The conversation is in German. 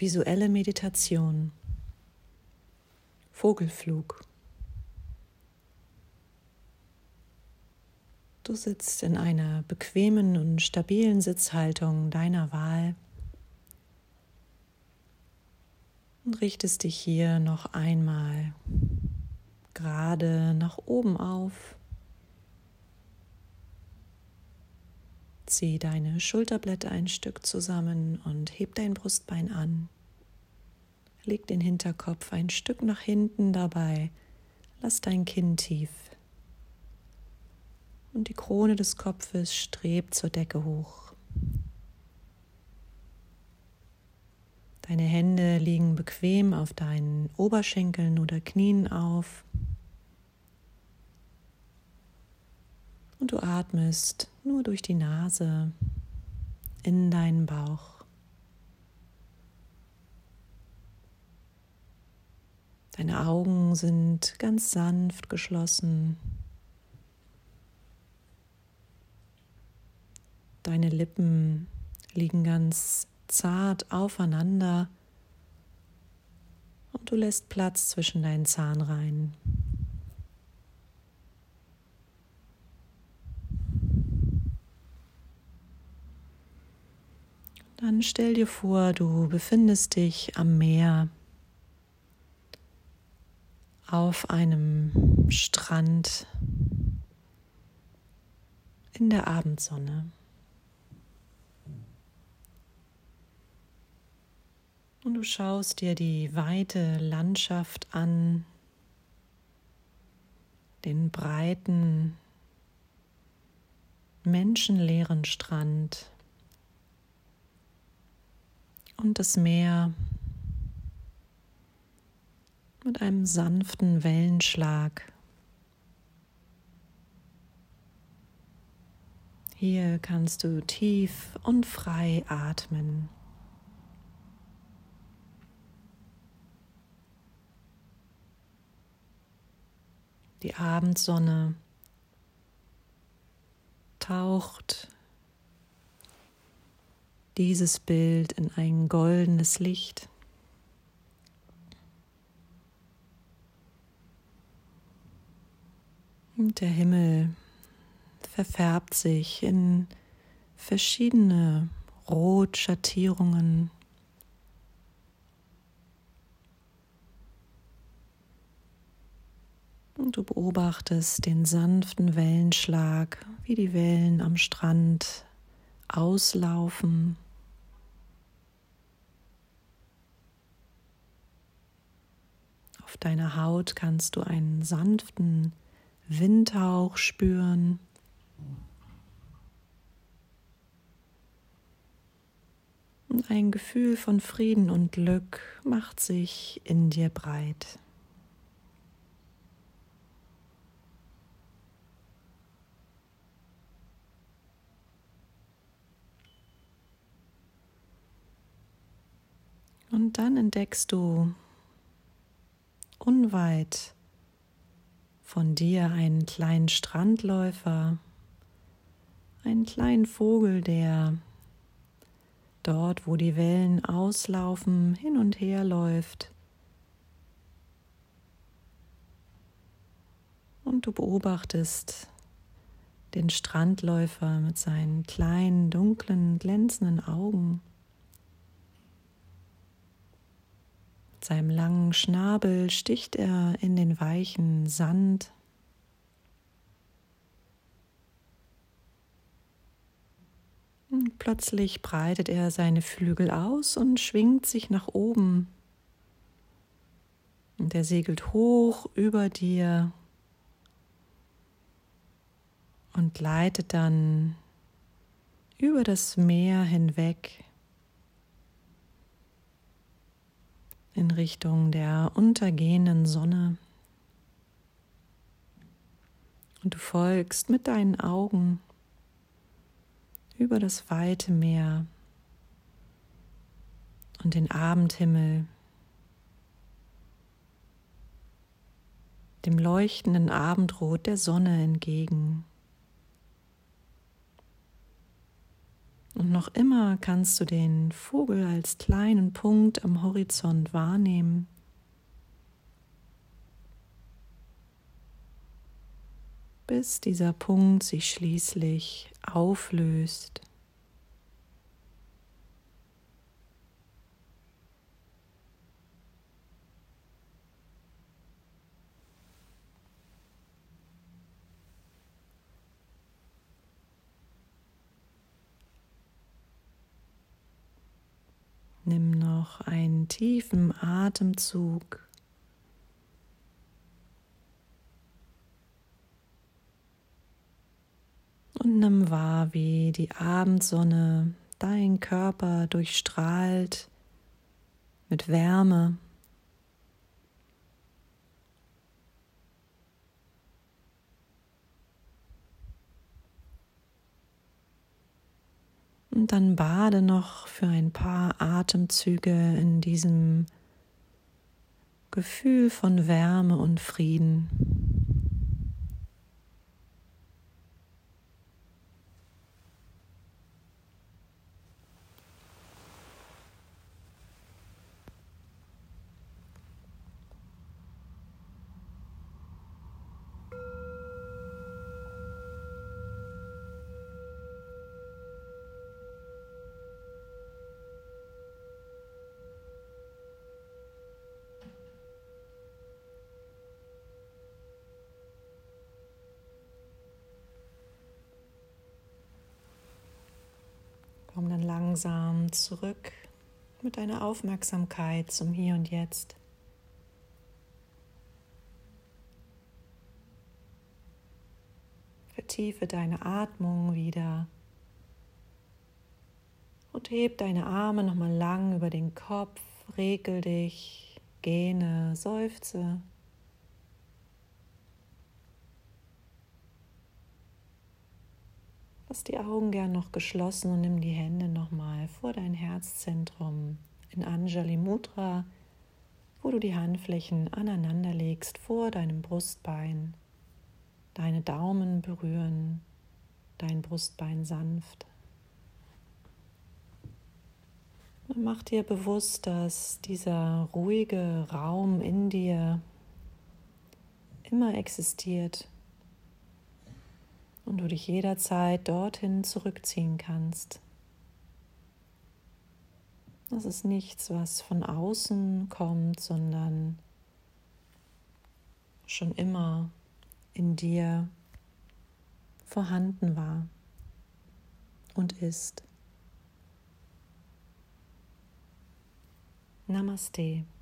Visuelle Meditation. Vogelflug. Du sitzt in einer bequemen und stabilen Sitzhaltung deiner Wahl und richtest dich hier noch einmal gerade nach oben auf. Zieh deine Schulterblätter ein Stück zusammen und heb dein Brustbein an. Leg den Hinterkopf ein Stück nach hinten dabei. Lass dein Kinn tief. Und die Krone des Kopfes strebt zur Decke hoch. Deine Hände liegen bequem auf deinen Oberschenkeln oder Knien auf. Und du atmest nur durch die Nase in deinen Bauch. Deine Augen sind ganz sanft geschlossen. Deine Lippen liegen ganz zart aufeinander und du lässt Platz zwischen deinen Zahnreihen. Dann stell dir vor, du befindest dich am Meer, auf einem Strand in der Abendsonne. Und du schaust dir die weite Landschaft an, den breiten, menschenleeren Strand und das Meer mit einem sanften Wellenschlag. Hier kannst du tief und frei atmen. Die Abendsonne taucht dieses Bild in ein goldenes Licht. Und der Himmel verfärbt sich in verschiedene Rotschattierungen. Und du beobachtest den sanften Wellenschlag, wie die Wellen am Strand auslaufen. Auf deiner Haut kannst du einen sanften Windhauch spüren. Und ein Gefühl von Frieden und Glück macht sich in dir breit. Und dann entdeckst du unweit von dir einen kleinen Strandläufer, einen kleinen Vogel, der dort, wo die Wellen auslaufen, hin und her läuft. Und du beobachtest den Strandläufer mit seinen kleinen, dunklen, glänzenden Augen. Mit seinem langen Schnabel sticht er in den weichen Sand. Und plötzlich breitet er seine Flügel aus und schwingt sich nach oben. Und er segelt hoch über dir und gleitet dann über das Meer hinweg in Richtung der untergehenden Sonne. Und du folgst mit deinen Augen über das weite Meer und den Abendhimmel, dem leuchtenden Abendrot der Sonne entgegen. Und noch immer kannst du den Vogel als kleinen Punkt am Horizont wahrnehmen. Bis dieser Punkt sich schließlich auflöst. Nimm noch einen tiefen Atemzug. Und nimm wahr, wie die Abendsonne deinen Körper durchstrahlt mit Wärme. Und dann bade noch für ein paar Atemzüge in diesem Gefühl von Wärme und Frieden. Komm dann langsam zurück mit deiner Aufmerksamkeit zum Hier und Jetzt. Vertiefe deine Atmung wieder und heb deine Arme nochmal lang über den Kopf, regel dich, gähne, seufze. Lass die Augen gern noch geschlossen und nimm die Hände nochmal vor dein Herzzentrum in Anjali Mudra, wo du die Handflächen aneinander legst vor deinem Brustbein. Deine Daumen berühren dein Brustbein sanft. Und mach dir bewusst, dass dieser ruhige Raum in dir immer existiert und du dich jederzeit dorthin zurückziehen kannst. Das ist nichts, was von außen kommt, sondern schon immer in dir vorhanden war und ist. Namaste.